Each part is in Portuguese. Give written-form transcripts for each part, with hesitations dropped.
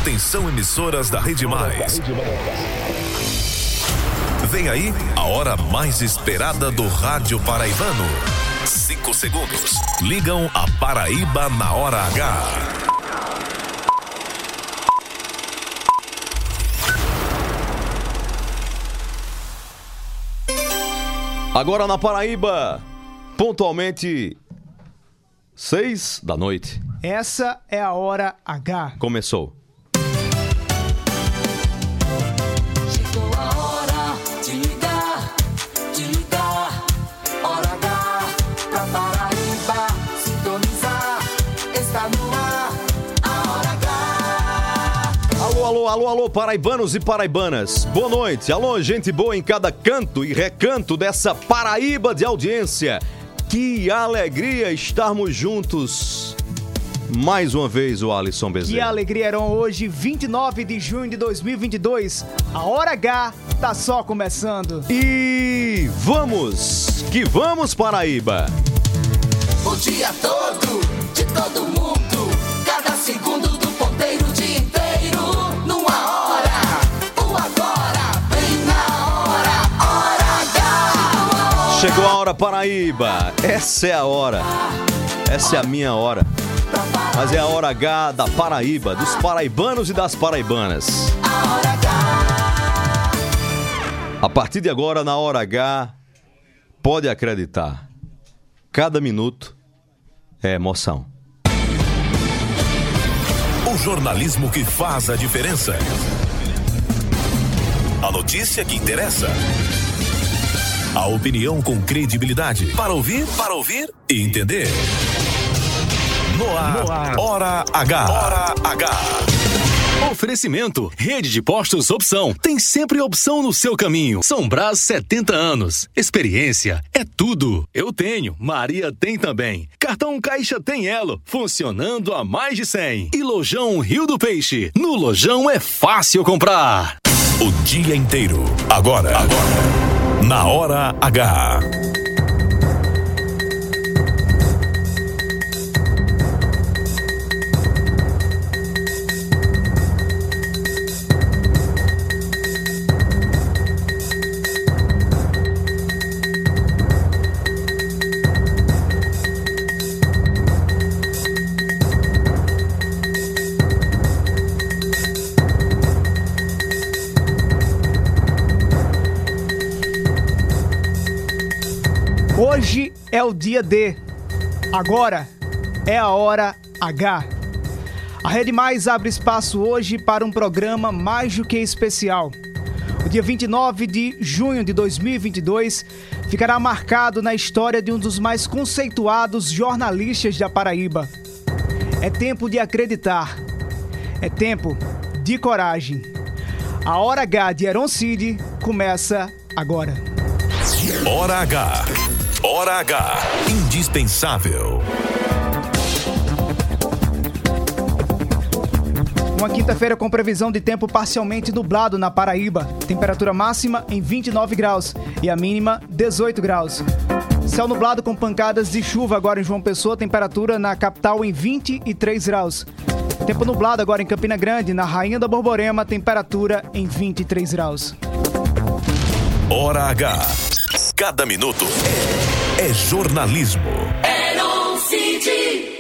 Atenção, emissoras da Rede Mais. Vem aí a hora mais esperada do rádio paraibano. 5 segundos. Ligam a Paraíba na hora H. Agora na Paraíba, pontualmente 6 da noite. Essa é a hora H. Começou. Chegou a hora de ligar, hora H pra Paraíba sintonizar. Está no ar, a hora H. Alô, paraibanos e paraibanas. Boa noite. Alô, gente boa em cada canto e recanto dessa Paraíba de audiência. Que alegria estarmos juntos. Mais uma vez, o Alisson Bezerra. Que alegria, Heron. Hoje, 29 de junho de 2022. A hora H tá só começando. E vamos, que vamos, Paraíba. O dia todo, de todo mundo, cada segundo do ponteiro, o dia inteiro, numa hora, o agora, bem na hora H. Chegou a hora, Paraíba. Essa é a hora. Essa é a minha hora. Mas é a hora H da Paraíba, dos paraibanos e das paraibanas. A partir de agora, na hora H, pode acreditar, cada minuto é emoção. O jornalismo que faz a diferença. A notícia que interessa. A opinião com credibilidade. Para ouvir e entender. No ar, Hora H. Hora H. Oferecimento, Rede de Postos Opção. Tem sempre opção no seu caminho. São Brás, 70 anos. Experiência é tudo. Eu tenho, Maria tem também. Cartão Caixa tem Elo, funcionando há mais de 100. E Lojão Rio do Peixe. No Lojão é fácil comprar. O dia inteiro. Agora. Na Hora H. Hoje é o dia D. Agora é a hora H. A Rede Mais abre espaço hoje para um programa mais do que especial. O dia 29 de junho de 2022 ficará marcado na história de um dos mais conceituados jornalistas da Paraíba. É tempo de acreditar. É tempo de coragem. A hora H de Heron Cid começa agora. Hora H. Hora H. Indispensável. Uma quinta-feira com previsão de tempo parcialmente nublado na Paraíba. Temperatura máxima em 29 graus e a mínima 18 graus. Céu nublado com pancadas de chuva agora em João Pessoa. Temperatura na capital em 23 graus. Tempo nublado agora em Campina Grande, na Rainha da Borborema. Temperatura em 23 graus. Hora H. Cada minuto é jornalismo. Heron Cid.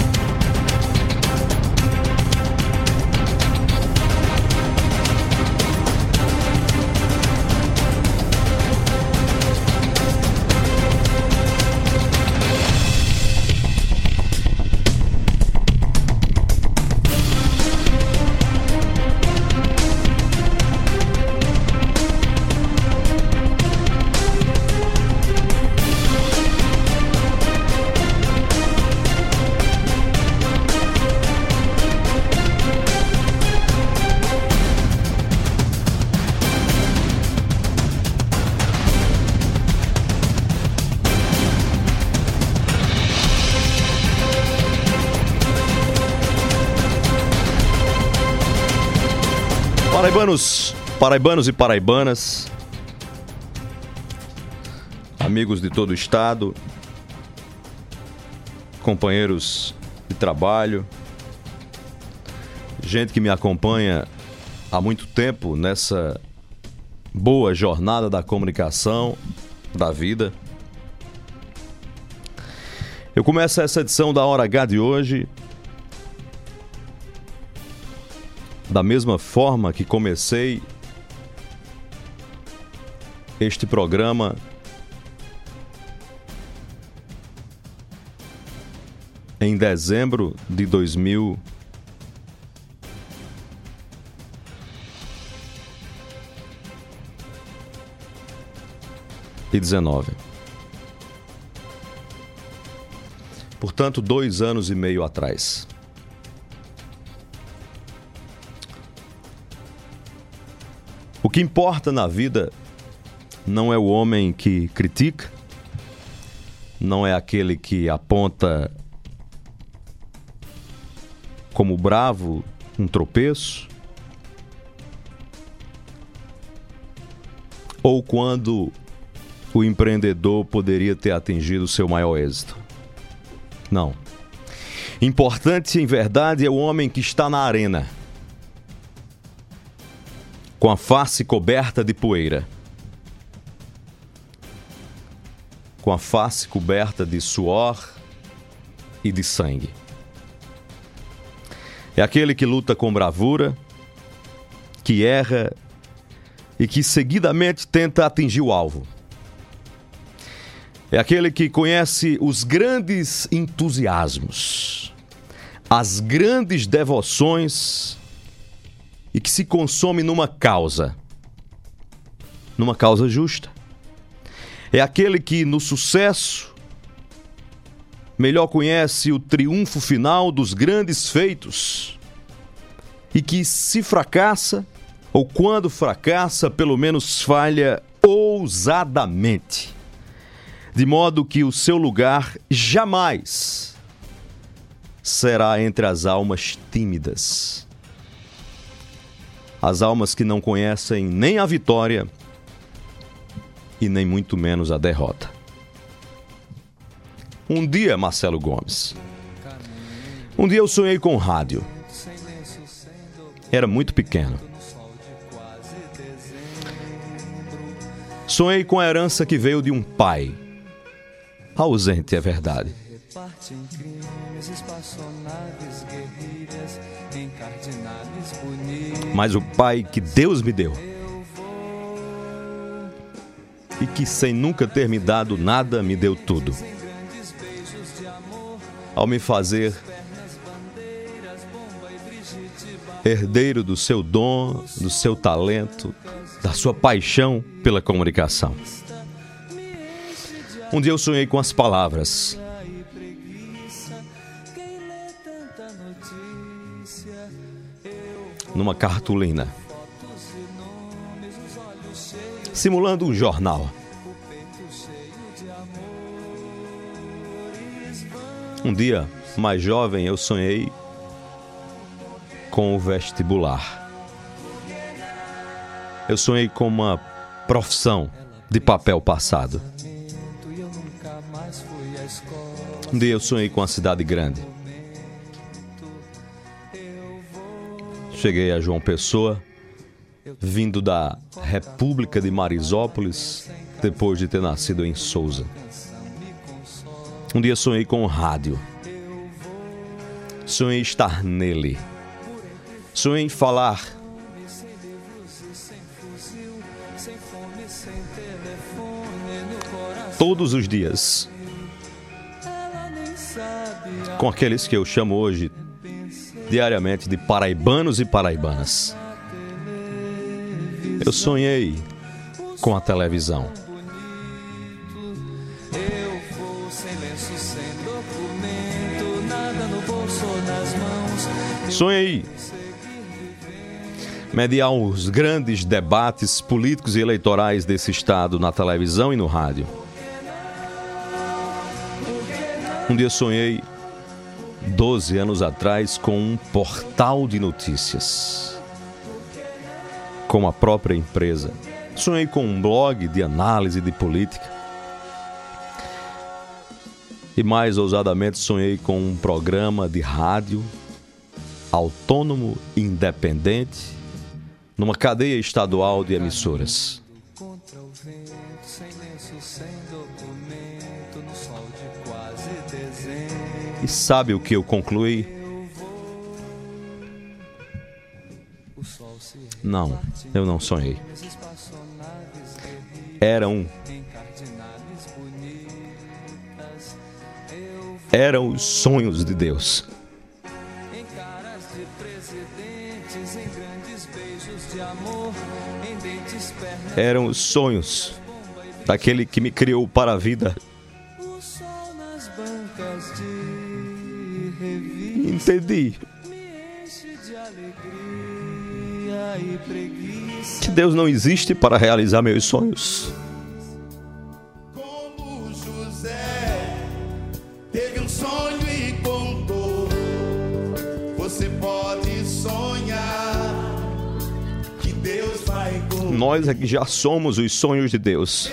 Paraibanos e paraibanas, amigos de todo o estado, companheiros de trabalho, gente que me acompanha há muito tempo nessa boa jornada da comunicação, da vida. Eu começo essa edição da Hora H de hoje da mesma forma que comecei este programa em dezembro de 2019. Portanto, 2 anos e meio atrás. O que importa na vida não é o homem que critica, não é aquele que aponta como bravo um tropeço, ou quando o empreendedor poderia ter atingido o seu maior êxito. Não. Importante, em verdade, é o homem que está na arena, com a face coberta de poeira, com a face coberta de suor e de sangue. É aquele que luta com bravura, que erra e que seguidamente tenta atingir o alvo. É aquele que conhece os grandes entusiasmos, as grandes devoções e que se consome numa causa justa. É aquele que no sucesso melhor conhece o triunfo final dos grandes feitos e que se fracassa, ou quando fracassa, pelo menos falha ousadamente, de modo que o seu lugar jamais será entre as almas tímidas, as almas que não conhecem nem a vitória e nem muito menos a derrota. Um dia, Marcelo Gomes, eu sonhei com rádio. Era muito pequeno. Sonhei com a herança que veio de um pai ausente, é verdade. Mas o pai que Deus me deu e que sem nunca ter me dado nada, me deu tudo. Ao me fazer herdeiro do seu dom, do seu talento, da sua paixão pela comunicação. Um dia eu sonhei com as palavras: numa cartolina, simulando um jornal. Um dia, mais jovem, eu sonhei com o vestibular. Eu sonhei com uma profissão de papel passado. Um dia eu sonhei com a cidade grande. Cheguei a João Pessoa, vindo da República de Marisópolis, depois de ter nascido em Sousa. Um dia sonhei com o rádio. Sonhei estar nele. Sonhei em falar. Todos os dias. Com aqueles que eu chamo hoje, diariamente, de paraibanos e paraibanas. Eu sonhei com a televisão. Sonhei mediar os grandes debates políticos e eleitorais desse estado na televisão e no rádio. Um dia sonhei, 12 anos atrás, com um portal de notícias, com a própria empresa. Sonhei com um blog de análise de política. E mais ousadamente sonhei com um programa de rádio autônomo e independente numa cadeia estadual de emissoras. E sabe o que eu concluí? Não, eu não sonhei. Eram os sonhos de Deus. Eram os sonhos daquele que me criou para a vida. Entendi que Deus não existe para realizar meus sonhos. Como José teve um sonho e contou, você pode sonhar que Deus vai contar. Nós é que já somos os sonhos de Deus.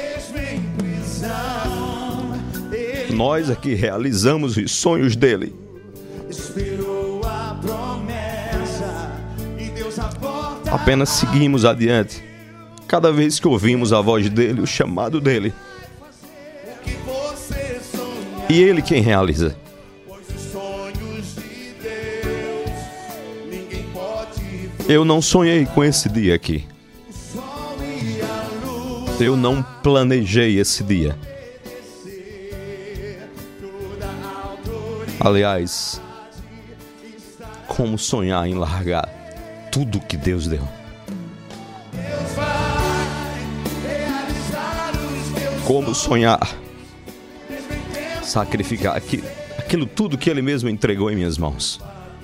Nós é que realizamos os sonhos dele. Esperou a promessa e Deus aporta. Apenas seguimos adiante. Cada vez que ouvimos a voz dele, o chamado dele. O que você sonha, E ele quem realiza. pois os sonhos de Deus ninguém pode ver. Eu não sonhei com esse dia aqui. O sol e a luz, Eu não planejei esse dia. toda a autoridade. Aliás, como sonhar em largar tudo que Deus deu? Deus vai realizar os teus Como sonhar sacrificar aquilo tudo que ele mesmo entregou em minhas mãos?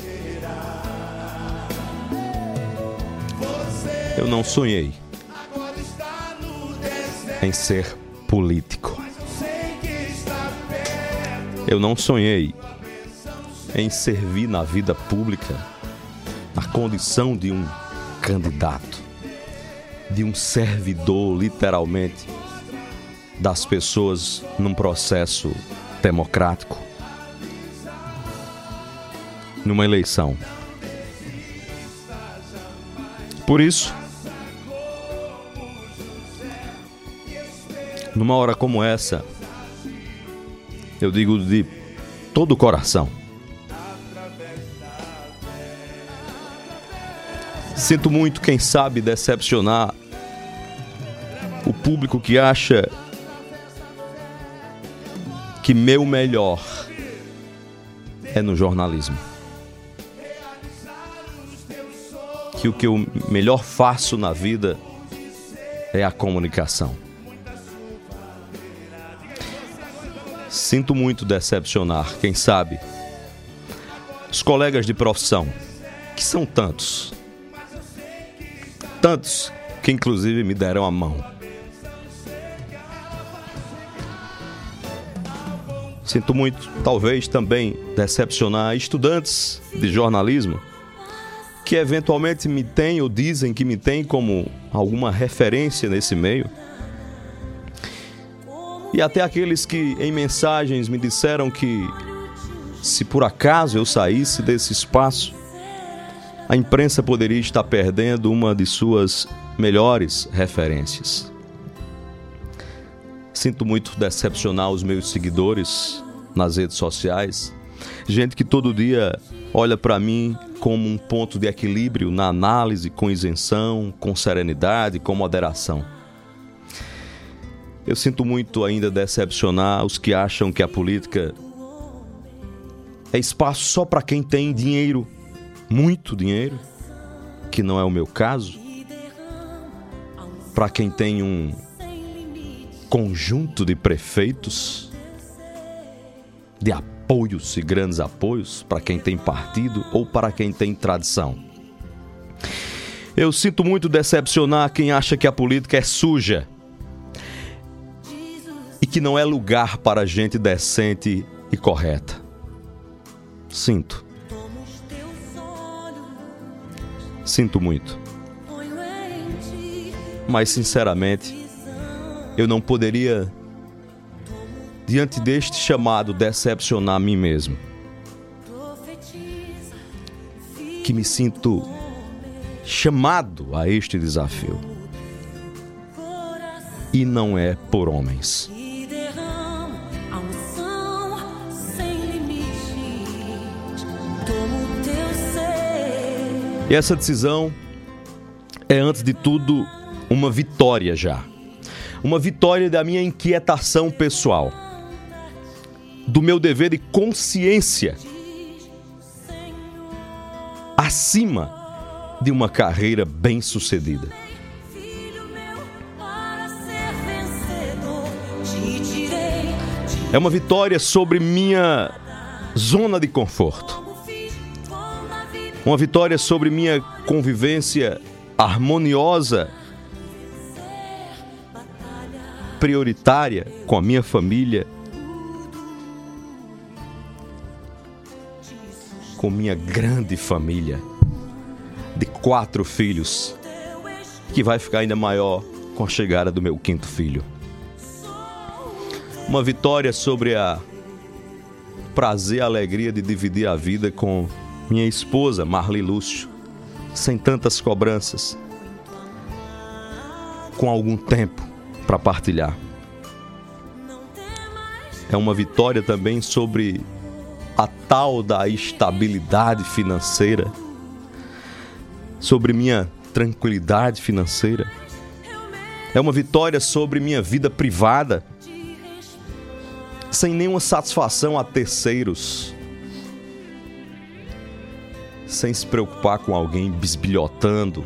Eu não sonhei agora está no deserto, em ser político. mas eu sei que está perto. Eu não sonhei em servir na vida pública na condição de um candidato, de um servidor, literalmente, das pessoas num processo democrático, numa eleição. Por isso, numa hora como essa, eu digo de todo o coração: sinto muito, quem sabe, decepcionar o público que acha que meu melhor é no jornalismo. Que o que eu melhor faço na vida é a comunicação. Sinto muito decepcionar, quem sabe, os colegas de profissão, que são tantos que inclusive me deram a mão. Sinto muito, talvez, também decepcionar estudantes de jornalismo que eventualmente me têm ou dizem que me têm como alguma referência nesse meio. E até aqueles que em mensagens me disseram que se por acaso eu saísse desse espaço, a imprensa poderia estar perdendo uma de suas melhores referências. Sinto muito decepcionar os meus seguidores nas redes sociais, gente que todo dia olha para mim como um ponto de equilíbrio na análise, com isenção, com serenidade, com moderação. Eu sinto muito ainda decepcionar os que acham que a política é espaço só para quem tem dinheiro, muito dinheiro, que não é o meu caso, para quem tem um conjunto de prefeitos, de apoios e grandes apoios, para quem tem partido ou para quem tem tradição. Eu sinto muito decepcionar quem acha que a política é suja e que não é lugar para gente decente e correta. Sinto muito. Mas, sinceramente, eu não poderia, diante deste chamado, decepcionar a mim mesmo. que me sinto chamado a este desafio. E não é por homens. E essa decisão é, antes de tudo, uma vitória já. Uma vitória da minha inquietação pessoal. Do meu dever de consciência. Acima de uma carreira bem-sucedida. É uma vitória sobre minha zona de conforto. Uma vitória sobre minha convivência harmoniosa, prioritária com a minha família, com minha grande família de 4 filhos, que vai ficar ainda maior com a chegada do meu 5º filho. Uma vitória sobre a prazer e a alegria de dividir a vida com minha esposa, Marli Lúcio, sem tantas cobranças, com algum tempo para partilhar. É uma vitória também sobre a tal da estabilidade financeira, sobre minha tranquilidade financeira. É uma vitória sobre minha vida privada, sem nenhuma satisfação a terceiros, sem se preocupar com alguém bisbilhotando,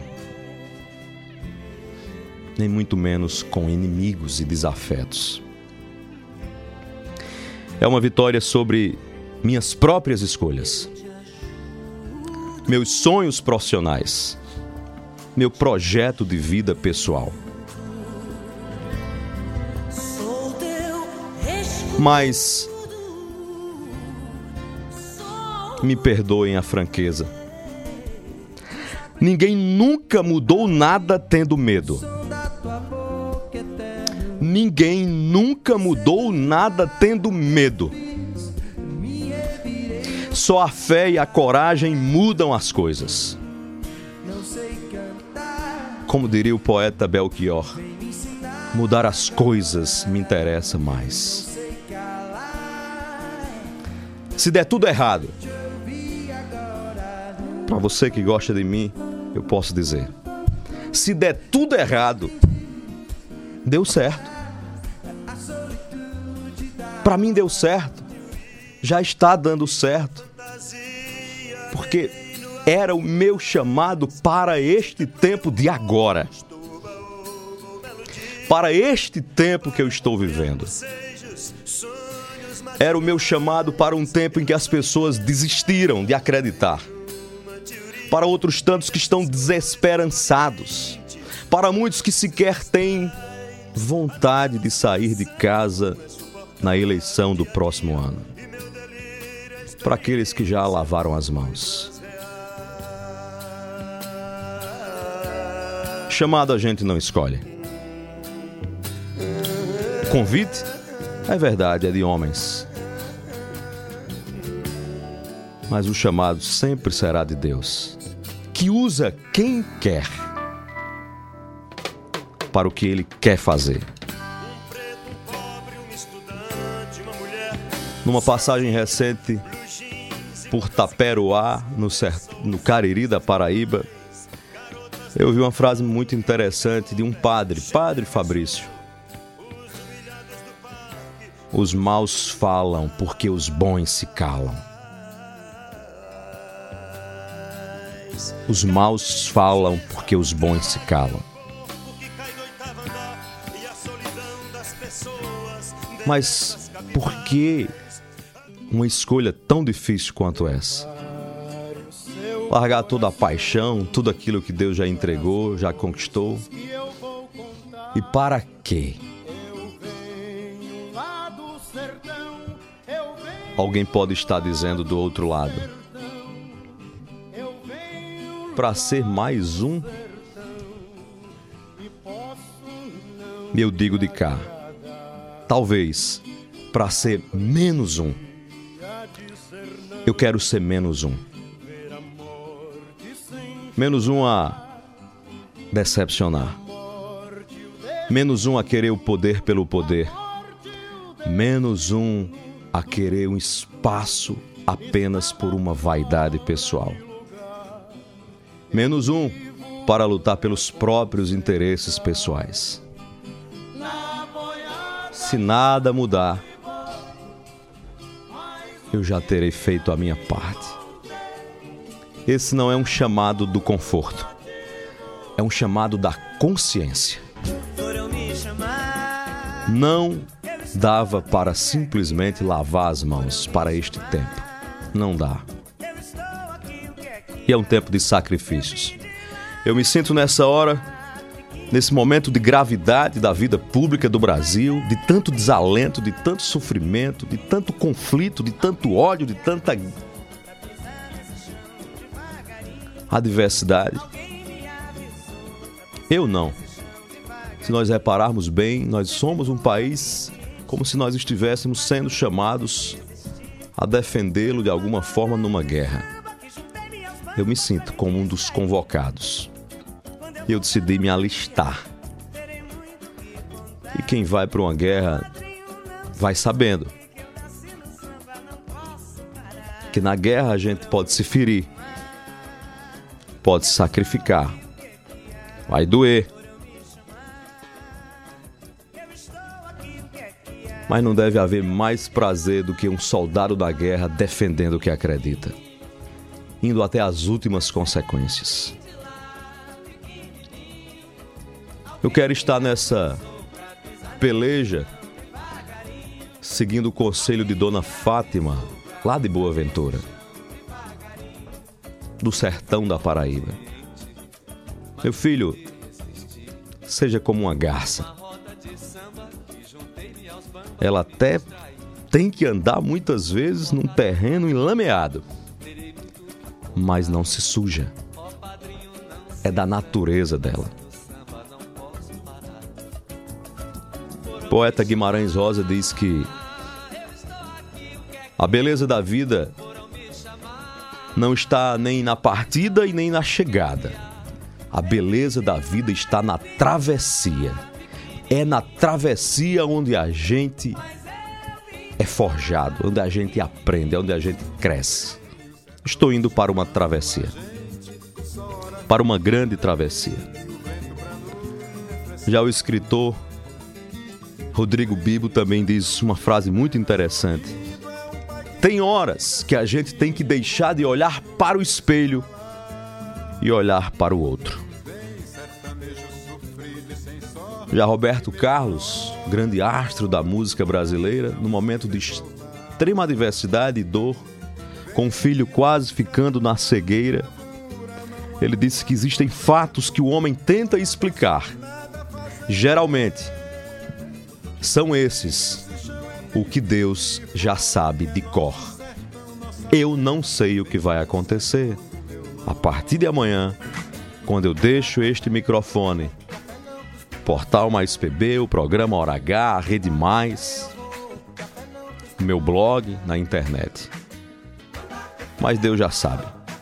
nem muito menos com inimigos e desafetos. É uma vitória sobre minhas próprias escolhas, meus sonhos profissionais, meu projeto de vida pessoal. Mas me perdoem a franqueza. Ninguém nunca mudou nada tendo medo. Ninguém nunca mudou nada tendo medo. Só a fé e a coragem mudam as coisas. Como diria o poeta Belchior, mudar as coisas me interessa mais. Se der tudo errado, para você que gosta de mim, eu posso dizer: se der tudo errado, deu certo. Para mim deu certo. Já está dando certo. Porque era o meu chamado para este tempo de agora. Para este tempo que eu estou vivendo. Era o meu chamado para um tempo em que as pessoas desistiram de acreditar. Para outros tantos que estão desesperançados. Para muitos que sequer têm vontade de sair de casa na eleição do próximo ano. Para aqueles que já lavaram as mãos. Chamado a gente não escolhe. Convite, é verdade, é de homens. Mas o chamado sempre será de Deus, que usa quem quer para o que Ele quer fazer. Numa passagem recente por Taperoá, no Cariri da Paraíba, eu vi uma frase muito interessante de um padre Fabrício. Os maus falam porque os bons se calam. Os maus falam porque os bons se calam. Mas por que uma escolha tão difícil quanto essa? Largar toda a paixão, tudo aquilo que Deus já entregou, já conquistou. E para quê? Alguém pode estar dizendo do outro lado: para ser mais um? Eu digo de cá: talvez para ser menos um. Eu quero ser menos um. Menos um a decepcionar. Menos um a querer o poder pelo poder. Menos um a querer um espaço apenas por uma vaidade pessoal. Menos um para lutar pelos próprios interesses pessoais. Se nada mudar, eu já terei feito a minha parte. Esse não é um chamado do conforto, é um chamado da consciência. Não dava para simplesmente lavar as mãos para este tempo. Não dá. E é um tempo de sacrifícios. Eu me sinto nessa hora, nesse momento de gravidade da vida pública do Brasil, de tanto desalento, de tanto sofrimento, de tanto conflito, de tanto ódio, de tanta adversidade. Eu não. Se nós repararmos bem, nós somos um país como se nós estivéssemos sendo chamados a defendê-lo de alguma forma numa guerra. Eu me sinto como um dos convocados. E eu decidi me alistar. E quem vai para uma guerra vai sabendo que na guerra a gente pode se ferir, pode se sacrificar, vai doer. Mas não deve haver mais prazer do que um soldado da guerra defendendo o que acredita, indo até as últimas consequências. Eu quero estar nessa peleja, seguindo o conselho de Dona Fátima, lá de Boa Ventura, do sertão da Paraíba. Meu filho, seja como uma garça. Ela até tem que andar muitas vezes num terreno enlameado, mas não se suja. É da natureza dela. O poeta Guimarães Rosa diz que a beleza da vida não está nem na partida e nem na chegada. A beleza da vida está na travessia. É na travessia onde a gente é forjado, onde a gente aprende, onde a gente cresce. Estou indo para uma travessia. Para uma grande travessia. Já o escritor Rodrigo Bibo também diz uma frase muito interessante. Tem horas que a gente tem que deixar de olhar para o espelho e olhar para o outro. Já Roberto Carlos, grande astro da música brasileira, no momento de extrema adversidade e dor, com o filho quase ficando na cegueira, ele disse que existem fatos que o homem tenta explicar. Geralmente, são esses o que Deus já sabe de cor. Eu não sei o que vai acontecer a partir de amanhã, quando eu deixo este microfone, Portal Mais PB, o programa Hora H, a Rede Mais, meu blog na internet. Mas Deus já sabe.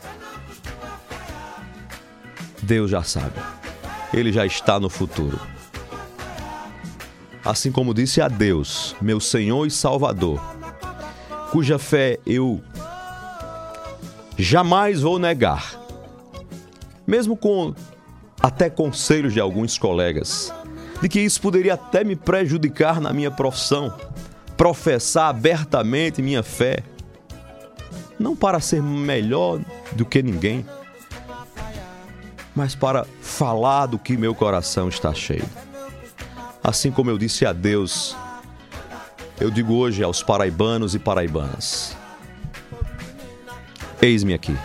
Deus já sabe. Ele já está no futuro. Assim como disse a Deus, meu Senhor e Salvador, cuja fé eu jamais vou negar, mesmo com até conselhos de alguns colegas, de que isso poderia até me prejudicar na minha profissão, professar abertamente minha fé, não para ser melhor do que ninguém, mas para falar do que meu coração está cheio. Assim como eu disse a Deus, eu digo hoje aos paraibanos e paraibanas: eis-me aqui.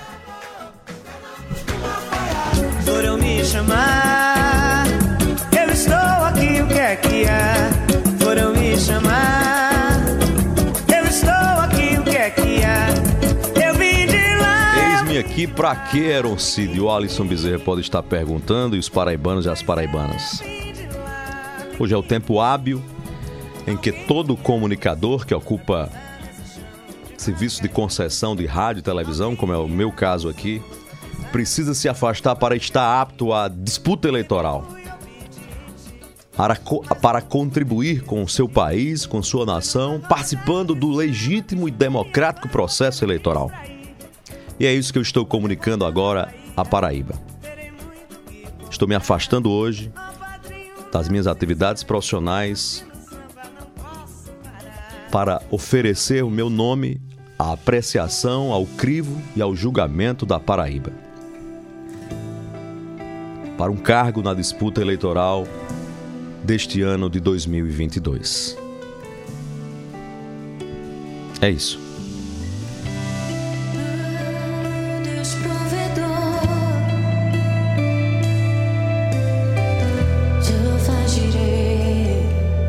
Foram me chamar, eu estou aqui, o que é que há? Foram me chamar, eu estou aqui, o que é que há? Eu vim de lá. Eis-me aqui pra quê, Eroncídio? O Alisson Bezerra pode estar perguntando, e os paraibanos e as paraibanas. Hoje é o tempo hábil em que todo comunicador que ocupa serviço de concessão de rádio e televisão, como é o meu caso aqui, precisa se afastar para estar apto à disputa eleitoral. Para contribuir com o seu país, com sua nação, participando do legítimo e democrático processo eleitoral. E é isso que eu estou comunicando agora à Paraíba. Estou me afastando hoje das minhas atividades profissionais para oferecer o meu nome à apreciação, ao crivo e ao julgamento da Paraíba. Para um cargo na disputa eleitoral deste ano de 2022. É isso. Deus provedor, Jeová Jireh,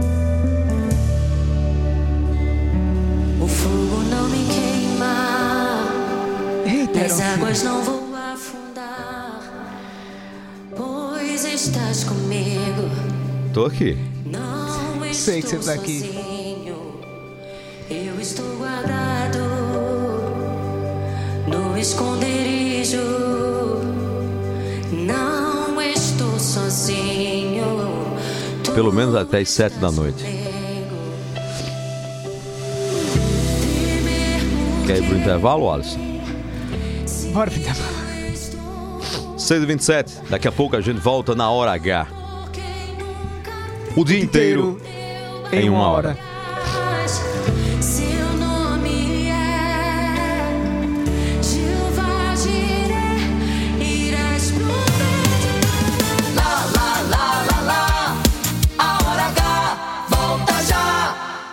o fogo não me queima, nas águas não vou afundar, pois estás comigo. Tô aqui. Não Sei que você tá aqui. sozinho, eu estou guardado no esconderijo. Não estou sozinho. Pelo menos até as 7 da noite. Quer ir pro intervalo, Alisson? Bora, Vitor. 6h27. Daqui a pouco a gente volta na Hora H. O dia inteiro em uma hora. Seu nome é Jeová Jireh, irás prover. Lá, lá, lá, lá, lá, a Hora H volta já.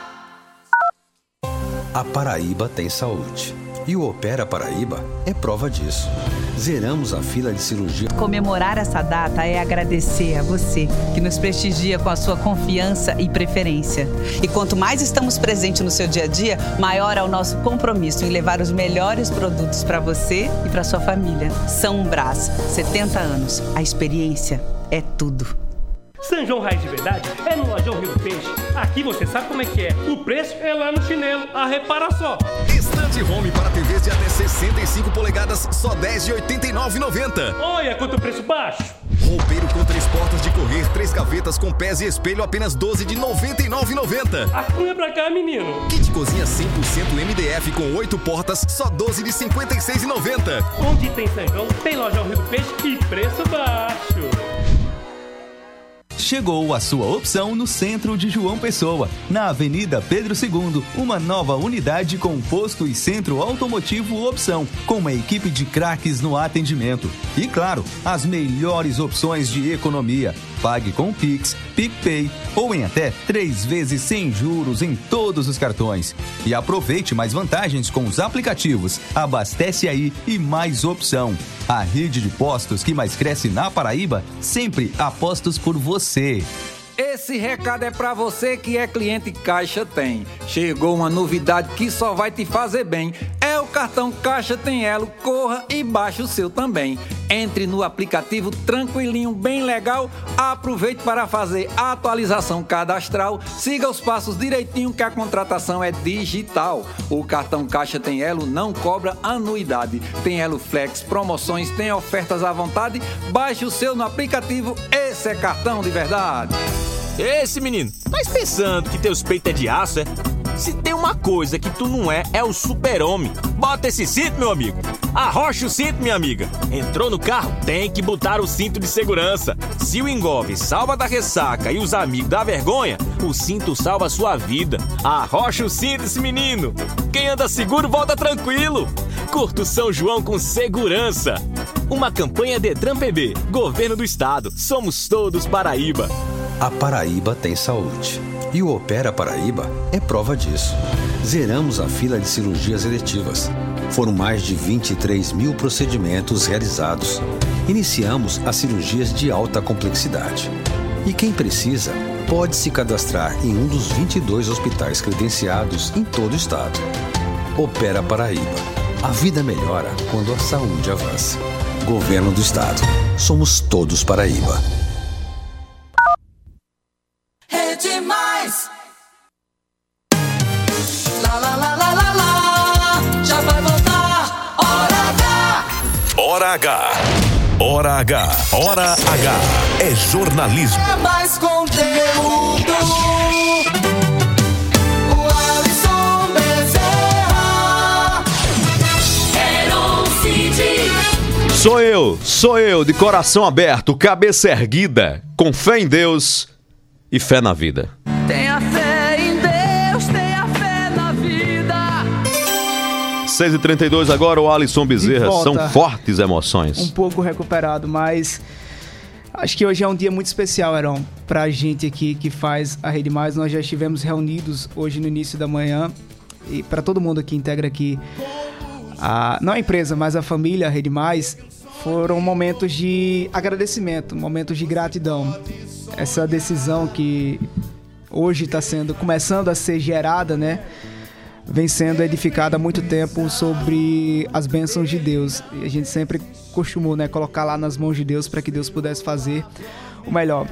A Paraíba tem saúde. E o Opera Paraíba é prova disso. Zeramos a fila de cirurgia. Comemorar essa data é agradecer a você, que nos prestigia com a sua confiança e preferência. E quanto mais estamos presentes no seu dia a dia, maior é o nosso compromisso em levar os melhores produtos para você e para sua família. São Brás, 70 anos. A experiência é tudo. São João Raiz de Verdade é no Lojão Rio do Peixe. Aqui você sabe como é que é. O preço é lá no chinelo. Repara só. Stand Home para TVs de até 65 polegadas, só R$10,89,90. Olha quanto preço baixo. Roupeiro com 3 portas de correr, 3 gavetas com pés e espelho, apenas R$12,99,90. Acunha pra cá, menino. Kit cozinha 100% MDF com 8 portas, só R$12,56,90. Onde tem São João, tem Lojão Rio do Peixe e preço baixo. Chegou a sua opção no centro de João Pessoa, na Avenida Pedro II, uma nova unidade com posto e centro automotivo Opção, com uma equipe de craques no atendimento. E claro, as melhores opções de economia. Pague com Pix, PicPay ou em até 3 vezes sem juros em todos os cartões. E aproveite mais vantagens com os aplicativos. Abastece aí e mais opção. A rede de postos que mais cresce na Paraíba, sempre apostos por você. Esse recado é pra você que é cliente Caixa Tem. Chegou uma novidade que só vai te fazer bem. É o cartão Caixa Tem Elo. Corra e baixe o seu também. Entre no aplicativo tranquilinho, bem legal. Aproveite para fazer a atualização cadastral. Siga os passos direitinho que a contratação é digital. O cartão Caixa Tem Elo não cobra anuidade. Tem Elo Flex, promoções, tem ofertas à vontade. Baixe o seu no aplicativo. Esse é cartão de verdade. Esse menino, tá pensando que teus peitos é de aço, é? Se tem uma coisa que tu não é o super-homem. Bota esse cinto, meu amigo. Arrocha o cinto, minha amiga. Entrou no carro, tem que botar o cinto de segurança. Se o engolve salva da ressaca e os amigos da vergonha, o cinto salva a sua vida. Arrocha o cinto, esse menino. Quem anda seguro volta tranquilo. Curta o São João com segurança. Uma campanha Detran PB, Governo do Estado. Somos todos Paraíba. A Paraíba tem saúde. E o Opera Paraíba é prova disso. Zeramos a fila de cirurgias eletivas. Foram mais de 23 mil procedimentos realizados. Iniciamos as cirurgias de alta complexidade. E quem precisa pode se cadastrar em um dos 22 hospitais credenciados em todo o estado. Opera Paraíba. A vida melhora quando a saúde avança. Governo do Estado. Somos todos Paraíba. É demais. Lá, lá, lá, lá, lá, lá. Já vai voltar. Hora H. Hora H. Hora H. Hora H. É jornalismo. É mais conteúdo. O Alisson Bezerra. Heron Cid. Sou eu, de coração aberto, cabeça erguida, com fé em Deus e fé na vida. Tenha fé em Deus, tenha fé na vida. 6h32 agora, o Alisson Bezerra. São fortes emoções. Um pouco recuperado, mas acho que hoje é um dia muito especial, Heron, pra gente aqui que faz a Rede Mais. Nós já estivemos reunidos hoje no início da manhã e para todo mundo que integra aqui, não a empresa, mas a família Rede Mais, foram momentos de agradecimento, momentos de gratidão. Essa decisão que hoje está começando a ser gerada, né? Vem sendo edificada há muito tempo sobre as bênçãos de Deus. E a gente sempre costumou, né, colocar lá nas mãos de Deus para que Deus pudesse fazer o melhor.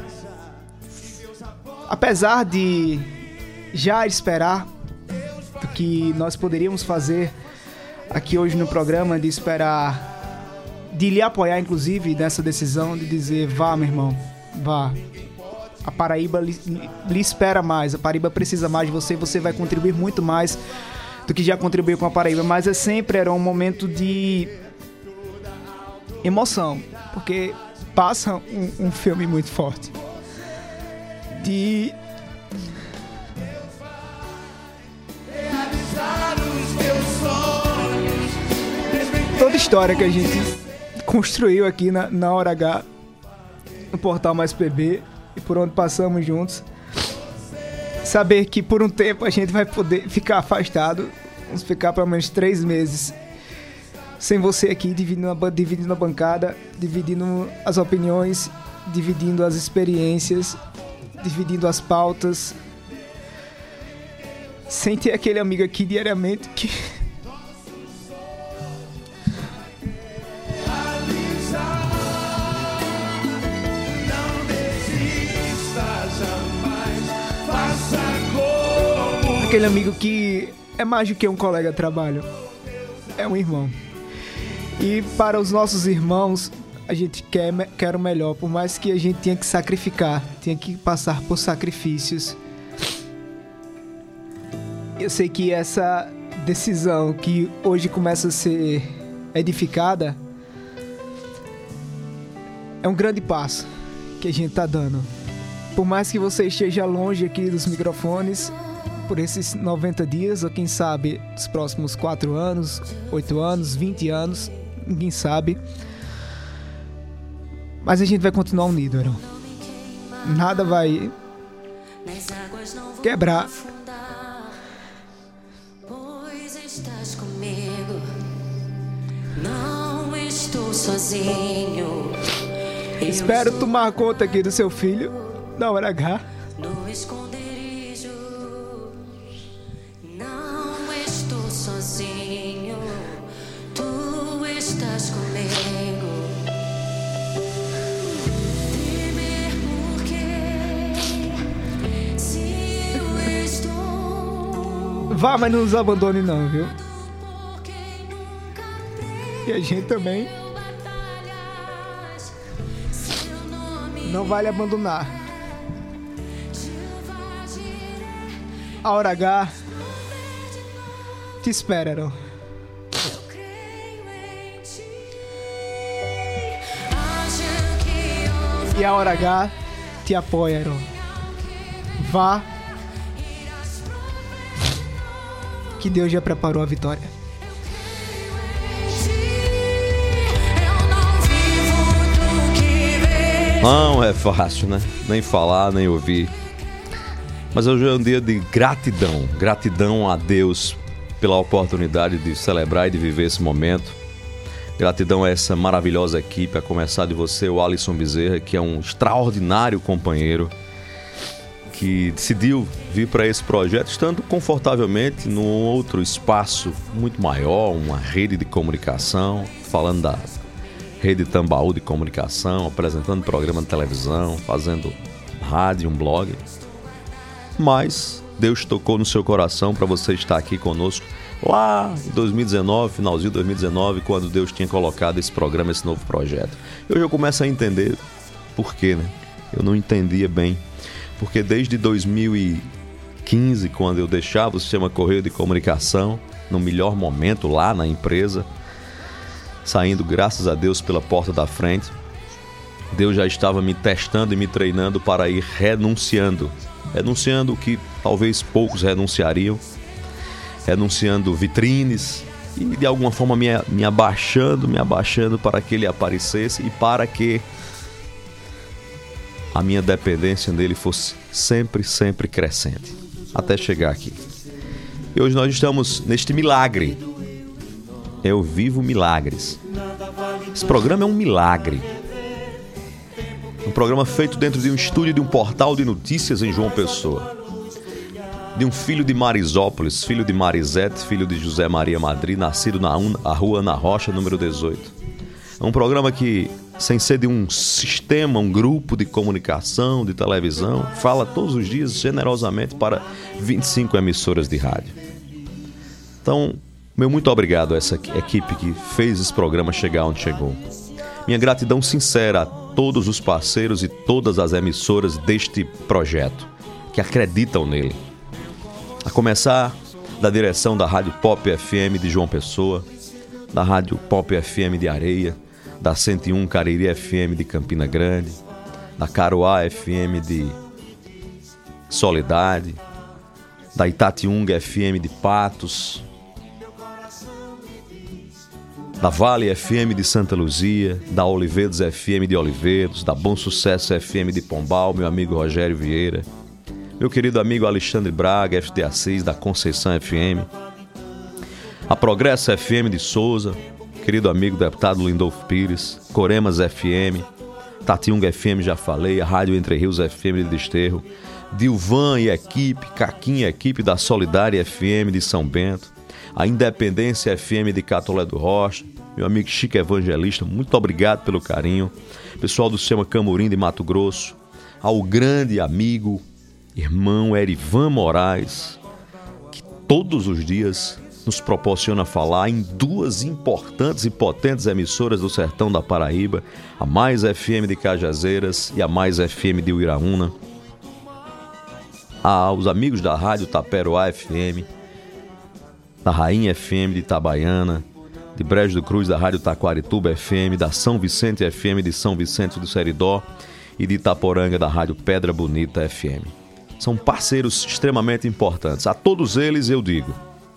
Apesar de já esperar do que nós poderíamos fazer aqui hoje no programa, de esperar, de lhe apoiar, inclusive, nessa decisão de dizer, vá, meu irmão, vá. A Paraíba lhe espera mais, a Paraíba precisa mais de você, você vai contribuir muito mais do que já contribuiu com a Paraíba, mas era um momento de emoção, porque passa um filme muito forte. De toda a história que a gente construiu aqui na Hora H, no Portal Mais PB, e por onde passamos juntos, saber que por um tempo a gente vai poder ficar afastado, vamos ficar pelo menos 3 meses sem você aqui, dividindo a bancada, dividindo as opiniões, dividindo as experiências, dividindo as pautas, sem ter aquele amigo aqui diariamente que... Aquele amigo que é mais do que um colega de trabalho, é um irmão. E para os nossos irmãos, a gente quer o melhor, por mais que a gente tenha que sacrificar, tenha que passar por sacrifícios. Eu sei que essa decisão que hoje começa a ser edificada é um grande passo que a gente está dando. Por mais que você esteja longe aqui dos microfones, por esses 90 dias, ou quem sabe, os próximos 4 anos, 8 anos, 20 anos, ninguém sabe. Mas a gente vai continuar unido, Heron. Nada vai quebrar. Pois estás comigo, não estou sozinho. Espero tomar conta aqui do seu filho, da Hora H. No esconderijo, não estou sozinho, tu estás comigo. Temer porque se eu estou. Vá, mas não nos abandone não, viu? E a gente também não vai lhe abandonar. A Hora H te espera, Heron. E a Hora H te apoia, Heron. Vá, que Deus já preparou a vitória. Não é fácil, né? Nem falar, nem ouvir. Mas hoje é um dia de gratidão. Gratidão a Deus pela oportunidade de celebrar e de viver esse momento. Gratidão a essa maravilhosa equipe, a começar de você, o Alisson Bezerra, que é um extraordinário companheiro, que decidiu vir para esse projeto estando confortavelmente num outro espaço muito maior, uma rede de comunicação, falando da Rede Tambaú de Comunicação, apresentando programa de televisão, fazendo rádio, um blog. Mas Deus tocou no seu coração para você estar aqui conosco. lá em 2019, finalzinho de 2019, quando Deus tinha colocado esse programa, esse novo projeto. Hoje eu começo a entender por quê, né? Eu não entendia bem, porque desde 2015, quando eu deixava o sistema Correio de Comunicação, no melhor momento lá na empresa, saindo, graças a Deus, pela porta da frente, Deus já estava me testando e me treinando para ir renunciando o que talvez poucos renunciariam, renunciando vitrines e de alguma forma me abaixando para que ele aparecesse e para que a minha dependência dele fosse sempre crescente, até chegar aqui. E hoje nós estamos neste milagre. Eu vivo milagres. Esse programa é um milagre. Um programa feito dentro de um estúdio de um portal de notícias em João Pessoa. De um filho de Marisópolis, filho de Marisete, filho de José Maria Madri, nascido na rua Ana Rocha, número 18. É um programa que, sem ser de um sistema, um grupo de comunicação, de televisão, fala todos os dias generosamente para 25 emissoras de rádio. Então, meu muito obrigado a essa equipe que fez esse programa chegar onde chegou. Minha gratidão sincera a todos os parceiros e todas as emissoras deste projeto, que acreditam nele. A começar da direção da Rádio Pop FM de João Pessoa, da Rádio Pop FM de Areia, da 101 Cariri FM de Campina Grande, da Caruá FM de Soledade, da Itatiunga FM de Patos, da Vale FM de Santa Luzia, da Olivedos FM de Olivedos, da Bom Sucesso FM de Pombal, meu amigo Rogério Vieira, meu querido amigo Alexandre Braga, FD Assis, da Conceição FM, a Progresso FM de Souza, querido amigo deputado Lindolfo Pires, Coremas FM, Tatiunga FM, já falei, a Rádio Entre Rios FM de Desterro, Dilvan e equipe, Caquinha e equipe da Solidária FM de São Bento, a Independência FM de Catolé do Rocha, meu amigo Chico Evangelista, muito obrigado pelo carinho, pessoal do Sistema Camorim de Mato Grosso, ao grande amigo, irmão Erivan Moraes, que todos os dias nos proporciona falar em duas importantes e potentes emissoras do sertão da Paraíba, a Mais FM de Cajazeiras e a Mais FM de Uiraúna, aos amigos da Rádio Taperoá FM, da Rainha FM de Itabaiana, de Brejo do Cruz, da Rádio Taquarituba FM, da São Vicente FM de São Vicente do Seridó e de Itaporanga, da Rádio Pedra Bonita FM. São parceiros extremamente importantes. A todos eles eu digo: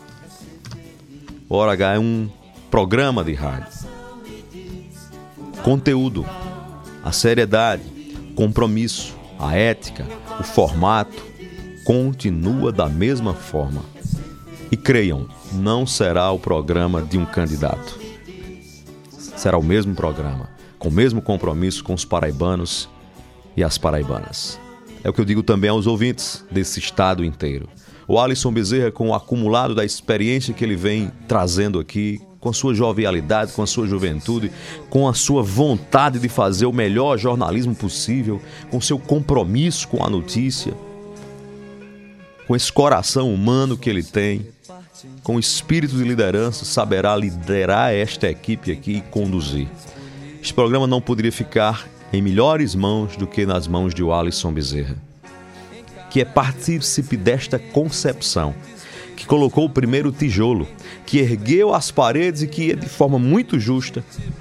o Hora H é um programa de rádio. Conteúdo, a seriedade, compromisso, a ética, o formato continua da mesma forma. E creiam, não será o programa de um candidato. Será o mesmo programa, com o mesmo compromisso com os paraibanos e as paraibanas. É o que eu digo também aos ouvintes desse estado inteiro. O Alisson Bezerra, com o acumulado da experiência que ele vem trazendo aqui, com a sua jovialidade, com a sua juventude, com a sua vontade de fazer o melhor jornalismo possível, com o seu compromisso com a notícia, com esse coração humano que ele tem, com o espírito de liderança, saberá liderar esta equipe aqui e conduzir. Este programa não poderia ficar em melhores mãos do que nas mãos de Alisson Bezerra, que é partícipe desta concepção, que colocou o primeiro tijolo, que ergueu as paredes e que, de forma muito justa,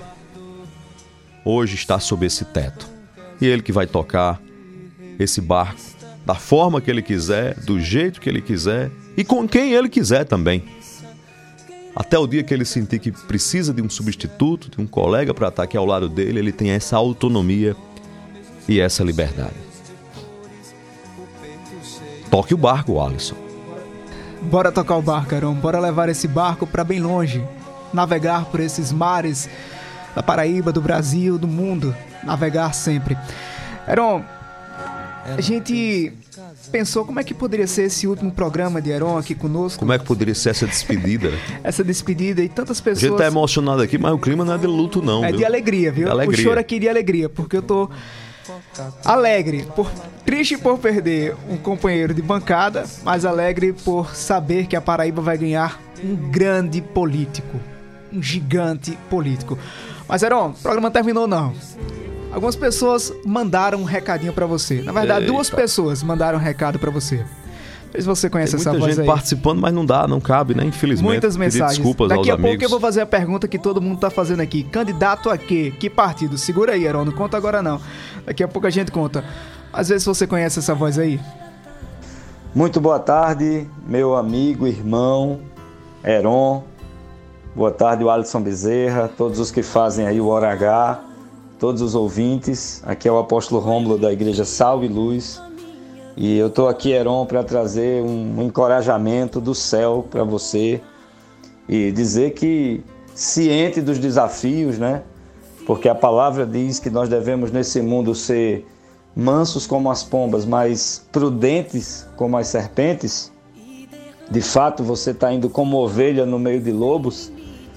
hoje está sob esse teto. E ele que vai tocar esse barco da forma que ele quiser, do jeito que ele quiser e com quem ele quiser também. Até o dia que ele sentir que precisa de um substituto, de um colega para estar aqui ao lado dele, ele tem essa autonomia e essa liberdade. Toque o barco, Alisson. Bora tocar o barco, Heron. Bora levar esse barco para bem longe. Navegar por esses mares da Paraíba, do Brasil, do mundo. Navegar sempre. Heron, a gente pensou como é que poderia ser esse último programa de Heron aqui conosco. Como é que poderia ser essa despedida? Essa despedida e tantas pessoas... A gente tá emocionado aqui, mas o clima não é de luto não, é viu? de alegria, viu? De alegria. O choro aqui de alegria, porque eu tô Alegre, triste por perder um companheiro de bancada, mas alegre por saber que a Paraíba vai ganhar um grande político, um gigante político. Mas, Heron, o programa não terminou não. Algumas pessoas mandaram um recadinho pra você. Na verdade, duas pessoas mandaram um recado pra você. Não sei se você conhece essa voz aí. Muita gente participando, mas não cabe, né? Infelizmente. Muitas mensagens. Desculpas Daqui aos a pouco amigos. eu vou fazer a pergunta que todo mundo tá fazendo aqui. Candidato a quê? Que partido? Segura aí, Heron. Não conta agora não. Daqui a pouco a gente conta. Às vezes você conhece essa voz aí. Muito boa tarde, meu amigo, irmão, Heron. Boa tarde, o Alisson Bezerra, todos os que fazem aí o Hora H, todos os ouvintes. Aqui é o apóstolo Rômulo da Igreja Sal e Luz. E eu estou aqui, Heron, para trazer um encorajamento do céu para você e dizer que, ciente dos desafios, né? Porque a palavra diz que nós devemos nesse mundo ser mansos como as pombas, mas prudentes como as serpentes. De fato, você está indo como ovelha no meio de lobos,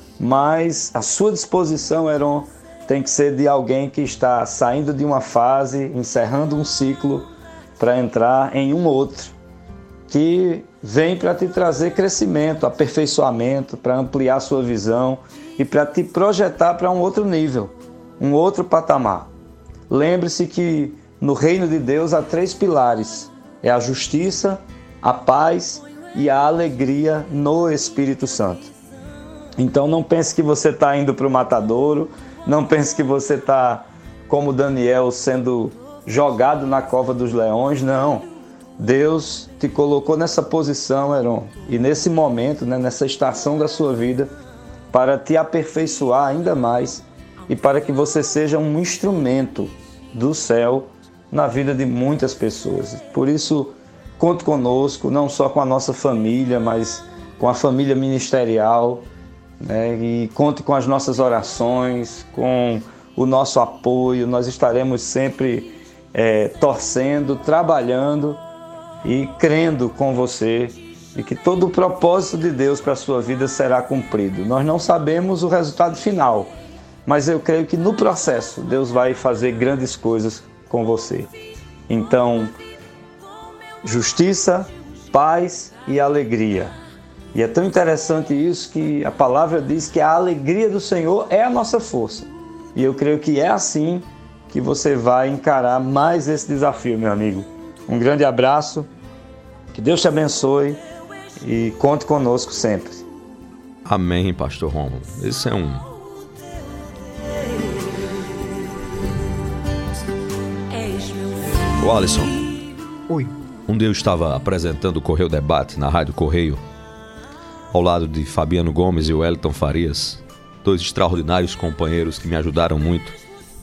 mas a sua disposição, Heron, tem que ser de alguém que está saindo de uma fase, encerrando um ciclo, para entrar em um outro, que vem para te trazer crescimento, aperfeiçoamento, para ampliar a sua visão e para te projetar para um outro nível, um outro patamar. Lembre-se que no reino de Deus há 3 pilares: é a justiça, a paz e a alegria no Espírito Santo. Então não pense que você está indo para o matadouro, não pense que você está como Daniel sendo jogado na cova dos leões, não. Deus te colocou nessa posição, Heron, e nesse momento, né, nessa estação da sua vida, para te aperfeiçoar ainda mais e para que você seja um instrumento do céu na vida de muitas pessoas. Por isso, conte conosco, não só com a nossa família, mas com a família ministerial, né? E conte com as nossas orações, com o nosso apoio. Nós estaremos sempre torcendo, trabalhando e crendo com você e que todo o propósito de Deus para a sua vida será cumprido. Nós não sabemos o resultado final, mas eu creio que no processo Deus vai fazer grandes coisas com você. Então, justiça, paz e alegria. E é tão interessante isso que a palavra diz que a alegria do Senhor é a nossa força. E eu creio que é assim que você vai encarar mais esse desafio, meu amigo. Um grande abraço, que Deus te abençoe e conte conosco sempre. Amém, pastor Rômulo. Esse é O Alisson. Oi. Um dia eu estava apresentando o Correio Debate na Rádio Correio, ao lado de Fabiano Gomes e Wellington Farias, 2 extraordinários companheiros que me ajudaram muito.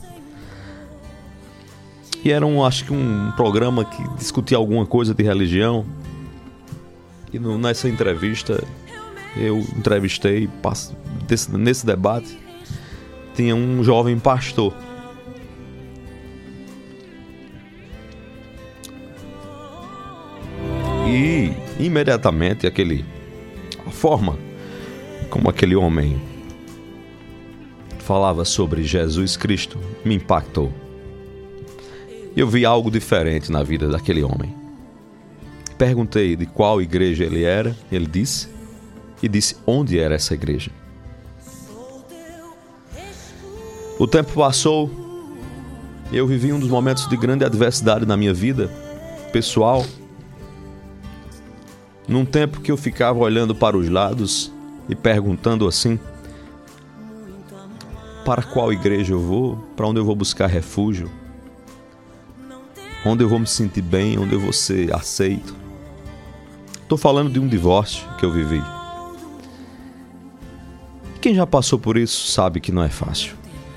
E era acho que um programa que discutia alguma coisa de religião. E nessa entrevista, eu entrevistei, nesse debate, tinha um jovem pastor. E imediatamente a forma como aquele homem falava sobre Jesus Cristo me impactou. Eu vi algo diferente na vida daquele homem. Perguntei de qual igreja ele era, ele disse onde era essa igreja. O tempo passou, eu vivi um dos momentos de grande adversidade na minha vida pessoal, num tempo que eu ficava olhando para os lados e perguntando assim: para qual igreja eu vou? Para onde eu vou buscar refúgio? Onde eu vou me sentir bem? Onde eu vou ser aceito? Estou falando de um divórcio que eu vivi. Quem já passou por isso sabe que não é fácil.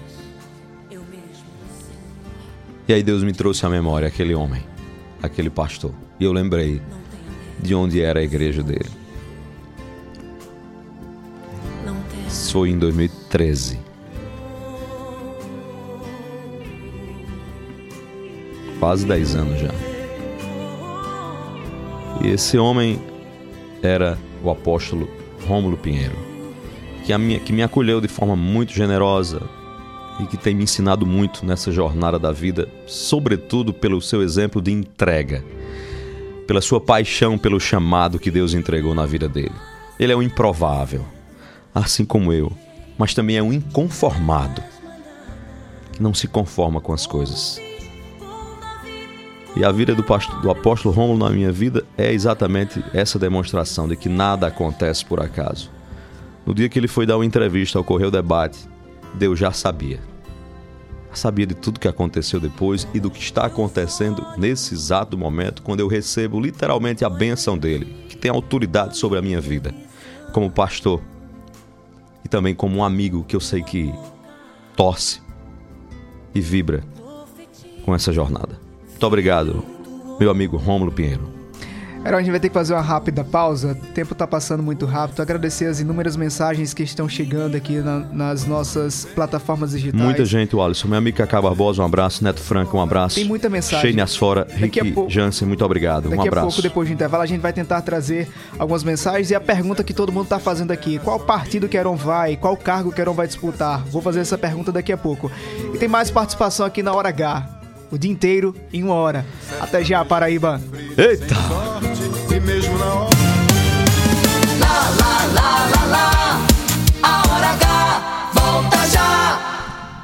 E aí Deus me trouxe à memória aquele homem, aquele pastor. E eu lembrei de onde era a igreja dele. Isso foi em 2013. Quase 10 anos já. E esse homem era o apóstolo Rômulo Pinheiro, que me acolheu de forma muito generosa, e que tem me ensinado muito nessa jornada da vida, sobretudo pelo seu exemplo de entrega, pela sua paixão pelo chamado que Deus entregou na vida dele. Ele é um improvável, assim como eu, mas também é um inconformado, que não se conforma com as coisas. E a vida do apóstolo Rômulo na minha vida é exatamente essa demonstração de que nada acontece por acaso. No dia que ele foi dar uma entrevista ao Correio Debate, Deus já sabia. Sabia de tudo que aconteceu depois e do que está acontecendo nesse exato momento, quando eu recebo literalmente a bênção dele, que tem autoridade sobre a minha vida, como pastor e também como um amigo que eu sei que torce e vibra com essa jornada. Muito obrigado, meu amigo Rômulo Pinheiro. A gente vai ter que fazer uma rápida pausa. O tempo está passando muito rápido. Agradecer as inúmeras mensagens que estão chegando aqui nas nossas plataformas digitais. Muita gente, Alisson. Meu amigo Cacá Barbosa, um abraço. Neto Franco, um abraço. Tem muita mensagem. Sheine Asfora, Rick Jansen, muito obrigado. Um abraço. Daqui a pouco, depois do intervalo, a gente vai tentar trazer algumas mensagens. E a pergunta que todo mundo está fazendo aqui: qual partido que Heron vai? Qual cargo que Heron vai disputar? Vou fazer essa pergunta daqui a pouco. E tem mais participação aqui na Hora H. O dia inteiro em 1 hora. Até já, Paraíba. Eita! E mesmo na hora. Lá, lá, lá, lá, lá. A Hora H volta já.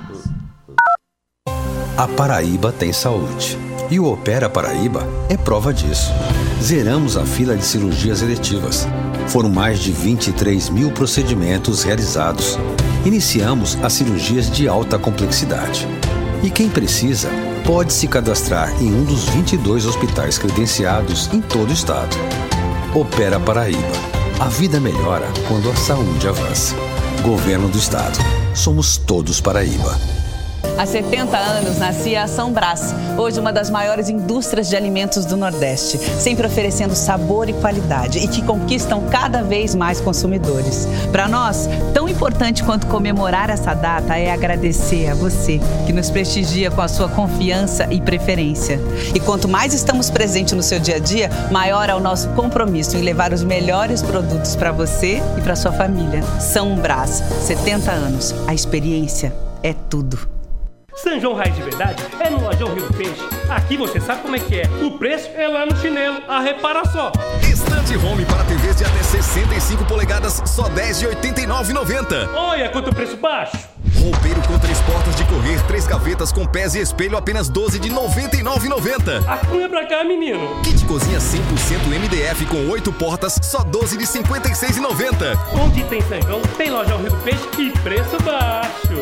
A Paraíba tem saúde. E o Opera Paraíba é prova disso. Zeramos a fila de cirurgias eletivas. Foram mais de 23 mil procedimentos realizados. Iniciamos as cirurgias de alta complexidade. E quem precisa pode se cadastrar em um dos 22 hospitais credenciados em todo o estado. Opera Paraíba. A vida melhora quando a saúde avança. Governo do Estado. Somos todos Paraíba. Há 70 anos nascia a São Brás, hoje uma das maiores indústrias de alimentos do Nordeste, sempre oferecendo sabor e qualidade e que conquistam cada vez mais consumidores. Para nós, tão importante quanto comemorar essa data é agradecer a você que nos prestigia com a sua confiança e preferência. E quanto mais estamos presentes no seu dia a dia, maior é o nosso compromisso em levar os melhores produtos para você e para sua família. São Brás, 70 anos. A experiência é tudo. São João Raiz de Verdade é no Lojão Rio do Peixe. Aqui você sabe como é que é. O preço é lá no chinelo. Repara só. Estande Home para TVs de até 65 polegadas, só R$10,89,90. Olha quanto preço baixo. Roupeiro com 3 portas de correr, 3 gavetas com pés e espelho, apenas R$12,99,90. Acunha pra cá, menino. Kit cozinha 100% MDF com 8 portas, só R$12,56,90. Onde tem São João, tem Lojão Rio do Peixe e preço baixo.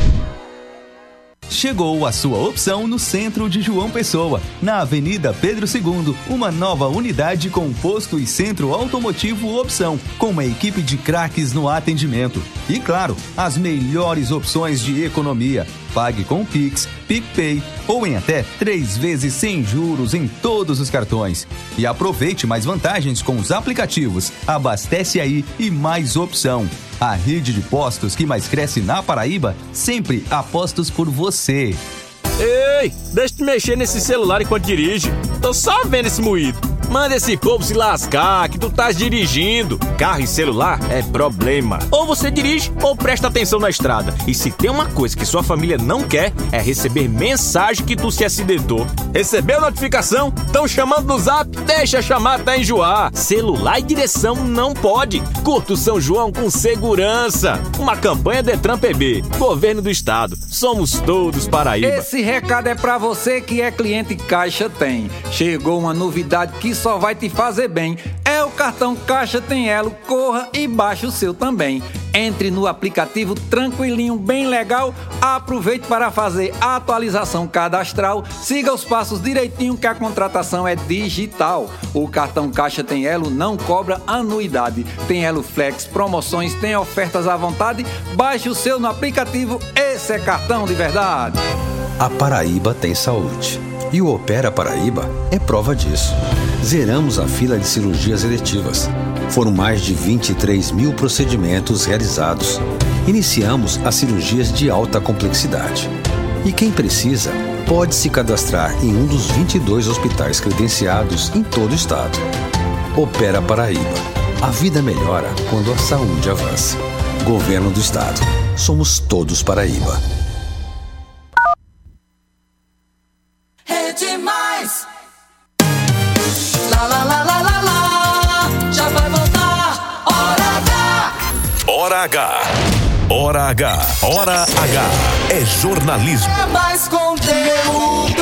Chegou a sua opção no centro de João Pessoa, na Avenida Pedro II, uma nova unidade com posto e centro automotivo Opção, com uma equipe de craques no atendimento. E claro, as melhores opções de economia. Pague com Pix, PicPay ou em até 3 vezes sem juros em todos os cartões. E aproveite mais vantagens com os aplicativos Abastece Aí e Mais Opção. A rede de postos que mais cresce na Paraíba, sempre apostos por você. Ei, deixa de mexer nesse celular enquanto dirige. Tô só vendo esse moído. Manda esse povo se lascar, que tu estás dirigindo. Carro e celular é problema. Ou você dirige ou presta atenção na estrada. E se tem uma coisa que sua família não quer, é receber mensagem que tu se acidentou. Recebeu notificação? Estão chamando no zap? Deixa chamar até enjoar. Celular e direção não pode. Curta o São João com segurança. Uma campanha Detran PB, Governo do Estado. Somos todos Paraíba. Esse recado é pra você que é cliente Caixa Tem. Chegou uma novidade que só vai te fazer bem. É o cartão Caixa Tem Elo. Corra e baixe o seu também. Entre no aplicativo tranquilinho, bem legal. Aproveite para fazer a atualização cadastral. Siga os passos direitinho que a contratação é digital. O cartão Caixa Tem Elo não cobra anuidade. Tem Elo Flex, promoções, tem ofertas à vontade. Baixe o seu no aplicativo. Esse é cartão de verdade. A Paraíba tem saúde. E o Opera Paraíba é prova disso. Zeramos a fila de cirurgias eletivas. Foram mais de 23 mil procedimentos realizados. Iniciamos as cirurgias de alta complexidade. E quem precisa pode se cadastrar em um dos 22 hospitais credenciados em todo o estado. Opera Paraíba. A vida melhora quando a saúde avança. Governo do Estado. Somos todos Paraíba. demais. Lá, lá, lá, lá, lá, lá. Já vai voltar. Hora H. Hora H. Hora H. Hora H. É jornalismo. É mais conteúdo.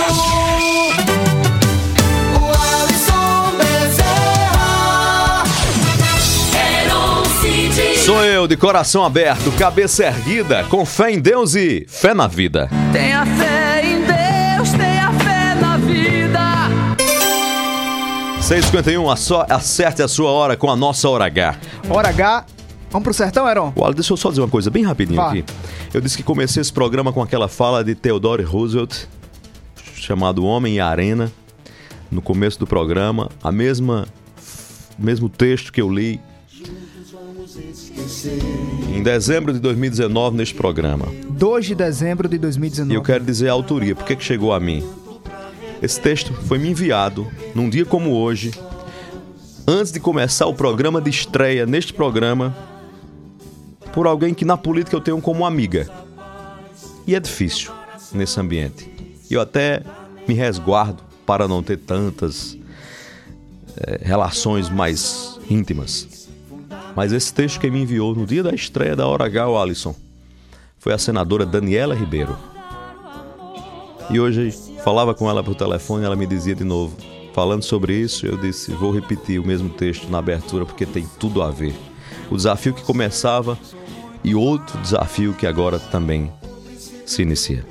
O Alisson Bezerra. Heron Cid. Sou eu, de coração aberto, cabeça erguida, com fé em Deus e fé na vida. Tenha fé em Deus, tenha fé na vida. 6h51, acerte a sua hora com a nossa Hora H. Hora H. Vamos pro sertão, Heron? Olha, deixa eu só dizer uma coisa bem rapidinho Vá. aqui. Eu disse que comecei esse programa com aquela fala de Theodore Roosevelt, chamado Homem e a Arena, no começo do programa, mesmo texto que eu li em dezembro de 2019 neste programa. 2 de dezembro de 2019. E eu quero dizer a autoria, por que chegou a mim? Esse texto foi me enviado num dia como hoje, antes de começar o programa de estreia neste programa, por alguém que na política eu tenho como amiga. E é difícil nesse ambiente. Eu até me resguardo para não ter tantas relações mais íntimas. Mas esse texto que me enviou no dia da estreia da Hora H, o Alisson, foi a senadora Daniela Ribeiro. E hoje falava com ela por telefone, ela me dizia de novo, falando sobre isso, eu disse, vou repetir o mesmo texto na abertura porque tem tudo a ver. O desafio que começava e outro desafio que agora também se inicia.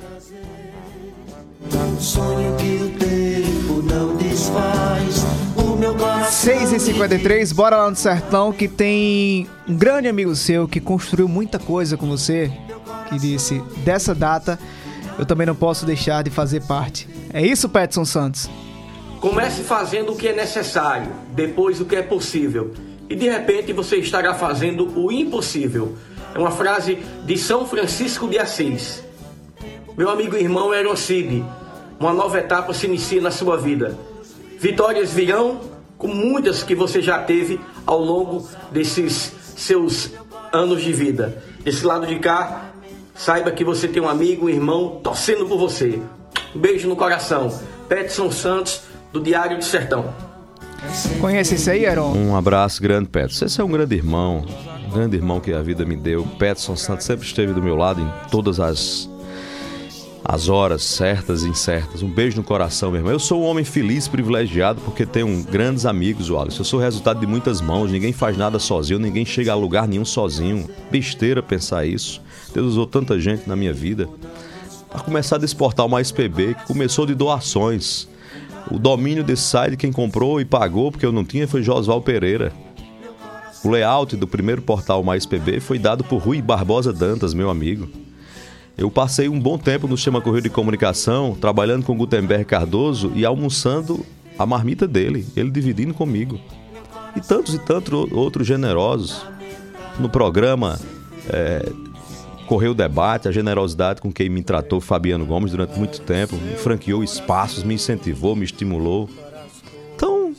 Sonho que o tempo não desfaz. O meu coração. 6h53, bora lá no sertão, que tem um grande amigo seu que construiu muita coisa com você, que disse, dessa data eu também não posso deixar de fazer parte. É isso, Peterson Santos? Comece fazendo o que é necessário, depois o que é possível. E de repente você estará fazendo o impossível. É uma frase de São Francisco de Assis. Meu amigo e irmão Heron Cid, uma nova etapa se inicia na sua vida. Vitórias virão, como muitas que você já teve ao longo desses seus anos de vida. Desse lado de cá, saiba que você tem um amigo, um irmão torcendo por você. Um beijo no coração. Peterson Santos, do Diário do Sertão. Conhece esse aí, Heron? Um abraço grande, Peterson. Esse é um grande irmão que a vida me deu. Peterson Santos sempre esteve do meu lado em todas as horas certas e incertas. Um beijo no coração, meu irmão. Eu sou um homem feliz, privilegiado, porque tenho grandes amigos, Wallace. Eu sou resultado de muitas mãos. Ninguém faz nada sozinho, ninguém chega a lugar nenhum sozinho. Besteira pensar isso. Deus usou tanta gente na minha vida. A começar desse portal Mais PB, que começou de doações. O domínio desse site, quem comprou e pagou, porque eu não tinha, foi Josval Pereira. O layout do primeiro portal Mais PB foi dado por Rui Barbosa Dantas, meu amigo. Eu passei um bom tempo no sistema Correio de Comunicação, trabalhando com Gutenberg Cardoso e almoçando a marmita dele, ele dividindo comigo. E tantos outros generosos. No programa Correio o Debate, a generosidade com quem me tratou Fabiano Gomes durante muito tempo, me franqueou espaços, me incentivou, me estimulou. Então,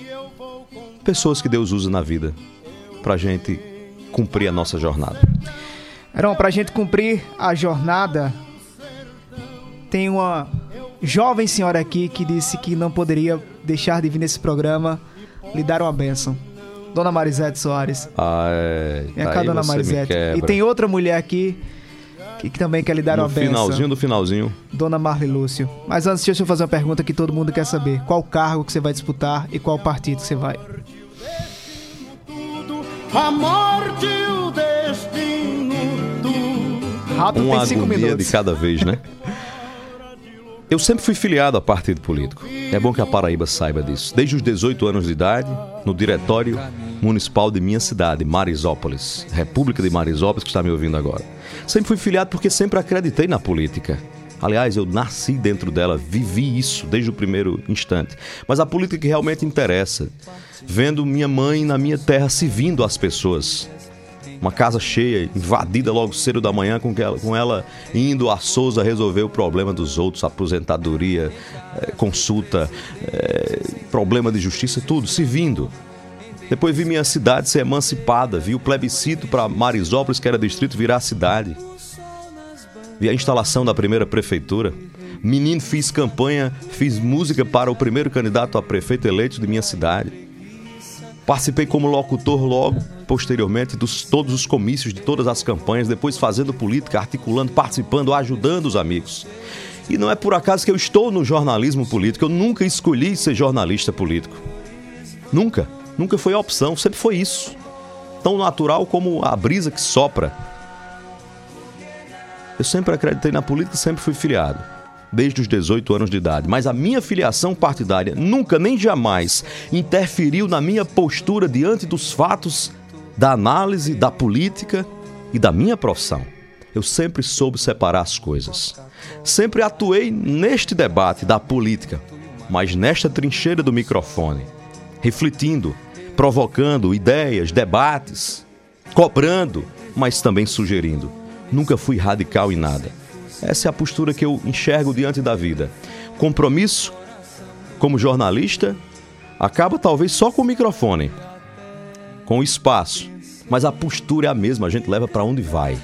pessoas que Deus usa na vida pra gente cumprir a nossa jornada. Heron, pra gente cumprir a jornada, tem uma jovem senhora aqui que disse que não poderia deixar de vir nesse programa lhe dar uma bênção. Dona Marisete Soares. Vem cá, Dona Marisete. E tem outra mulher aqui que também quer lhe dar uma bênção. No finalzinho. Dona Marli Lúcio. Mas antes, deixa eu fazer uma pergunta que todo mundo quer saber. Qual cargo que você vai disputar e qual partido que você vai? A morte e o destino do... Rápido, tem 5 minutos. De cada vez, né? Eu sempre fui filiado a partido político. É bom que a Paraíba saiba disso. Desde os 18 anos de idade, no diretório municipal de minha cidade, Marisópolis, República de Marisópolis, que está me ouvindo agora. Sempre fui filiado porque sempre acreditei na política. Aliás, eu nasci dentro dela, vivi isso desde o primeiro instante. Mas a política que realmente interessa, vendo minha mãe na minha terra servindo as pessoas. Uma casa cheia, invadida logo cedo da manhã, com ela indo a Souza resolver o problema dos outros, aposentadoria, consulta, problema de justiça, tudo, servindo. Depois vi minha cidade ser emancipada, vi o plebiscito para Marisópolis, que era distrito, virar cidade. Vi a instalação da primeira prefeitura. Menino, fiz campanha, fiz música para o primeiro candidato a prefeito eleito de minha cidade. Participei como locutor logo, posteriormente, de todos os comícios, de todas as campanhas, depois fazendo política, articulando, participando, ajudando os amigos. E não é por acaso que eu estou no jornalismo político. Eu nunca escolhi ser jornalista político. Nunca. Nunca foi a opção, sempre foi isso. Tão natural como a brisa que sopra. Eu sempre acreditei na política e sempre fui filiado, desde os 18 anos de idade. Mas a minha filiação partidária nunca, nem jamais, interferiu na minha postura diante dos fatos, da análise, da política e da minha profissão. Eu sempre soube separar as coisas. Sempre atuei neste debate da política, mas nesta trincheira do microfone, refletindo, provocando ideias, debates, cobrando, mas também sugerindo. Nunca fui radical em nada. Essa é a postura que eu enxergo diante da vida. Compromisso, como jornalista, acaba talvez só com o microfone, com o espaço, mas a postura é a mesma, a gente leva para onde vai.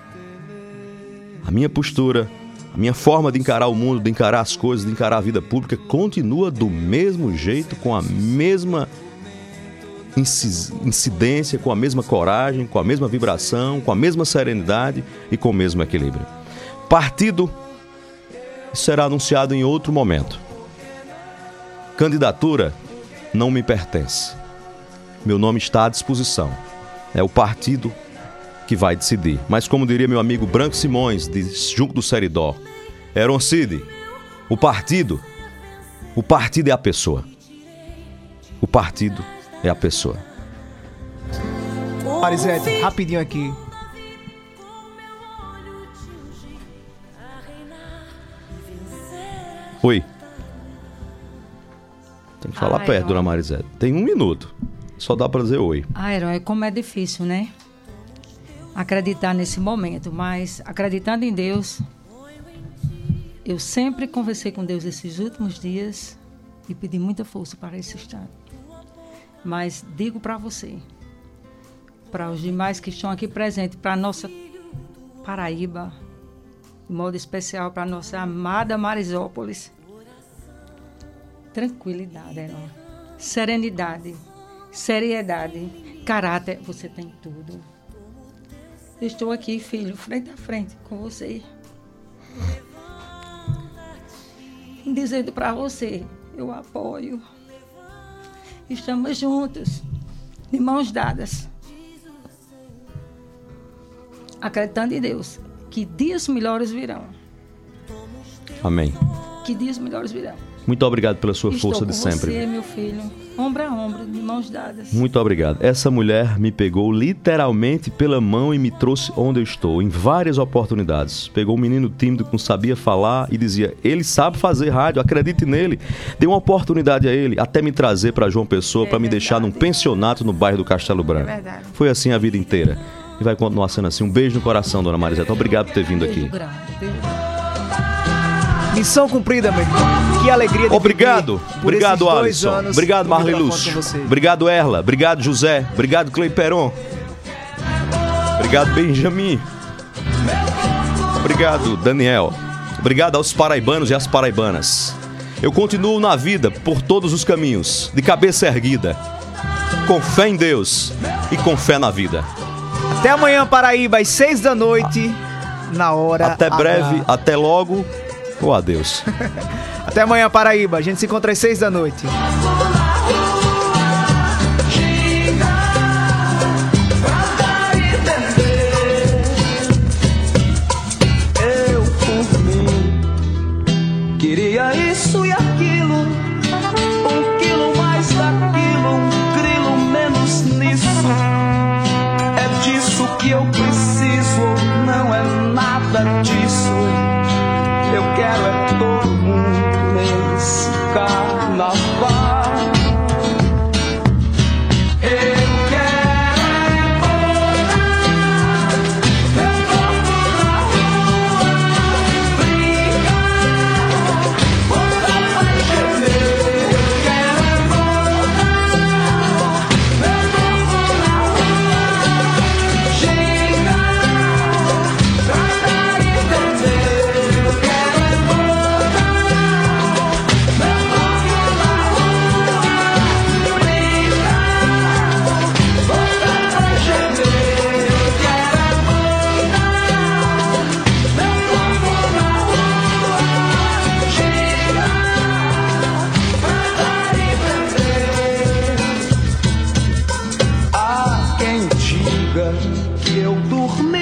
A minha postura, a minha forma de encarar o mundo, de encarar as coisas, de encarar a vida pública, continua do mesmo jeito, com a mesma incidência, com a mesma coragem, com a mesma vibração, com a mesma serenidade e com o mesmo equilíbrio. Partido será anunciado em outro momento. Candidatura não me pertence. Meu nome está à disposição. É o partido que vai decidir. Mas como diria meu amigo Branco Simões, de Junco do Seridó, Heron Cid, o partido é a pessoa. O partido é a pessoa. Marisete, rapidinho aqui. Oi. Tem que falar perto, dona Marisete. Tem 1 minuto. Só dá pra dizer oi. Heron, como é difícil, né? Acreditar nesse momento, mas acreditando em Deus, eu sempre conversei com Deus esses últimos dias e pedi muita força para esse estado. Mas digo para você, para os demais que estão aqui presentes, para a nossa Paraíba, de modo especial para a nossa amada Marisópolis, tranquilidade, Heron. Serenidade, seriedade, caráter, você tem tudo. Eu estou aqui, filho, frente a frente com você. Dizendo para você, eu apoio. Estamos juntos, de mãos dadas. Acreditando em Deus, que dias melhores virão. Amém. Que dias melhores virão. Muito obrigado pela sua força de sempre. Estou com você, meu filho, ombro a ombro, de mãos dadas. Muito obrigado. Essa mulher me pegou literalmente pela mão e me trouxe onde eu estou, em várias oportunidades. Pegou um menino tímido que não sabia falar e dizia, ele sabe fazer rádio, acredite nele. Deu uma oportunidade a ele, até me trazer para João Pessoa, para me deixar num pensionato no bairro do Castelo Branco. É verdade. Foi assim a vida inteira. E vai continuar sendo assim. Um beijo no coração, dona Marisete. Obrigado por ter vindo aqui. Missão cumprida, meu irmão. Que alegria de Obrigado. Obrigado, Alisson. Anos, obrigado, Marli Lúcio. Obrigado, Erla. Obrigado, José. Obrigado, Clei Peron. Obrigado, Benjamin. Obrigado, Daniel. Obrigado aos paraibanos e às paraibanas. Eu continuo na vida por todos os caminhos, de cabeça erguida, com fé em Deus e com fé na vida. Até amanhã, Paraíba, às 6 da noite, na hora Até breve, até logo. Ou adeus. Até amanhã, Paraíba. A gente se encontra às 6 da noite. Eu, por mim, queria isso e aquilo, 1 quilo mais daquilo, 1 grilo menos nisso. É disso que eu preciso, não é nada disso. Eu quero é todo mundo nesse carnaval. que eu dormi.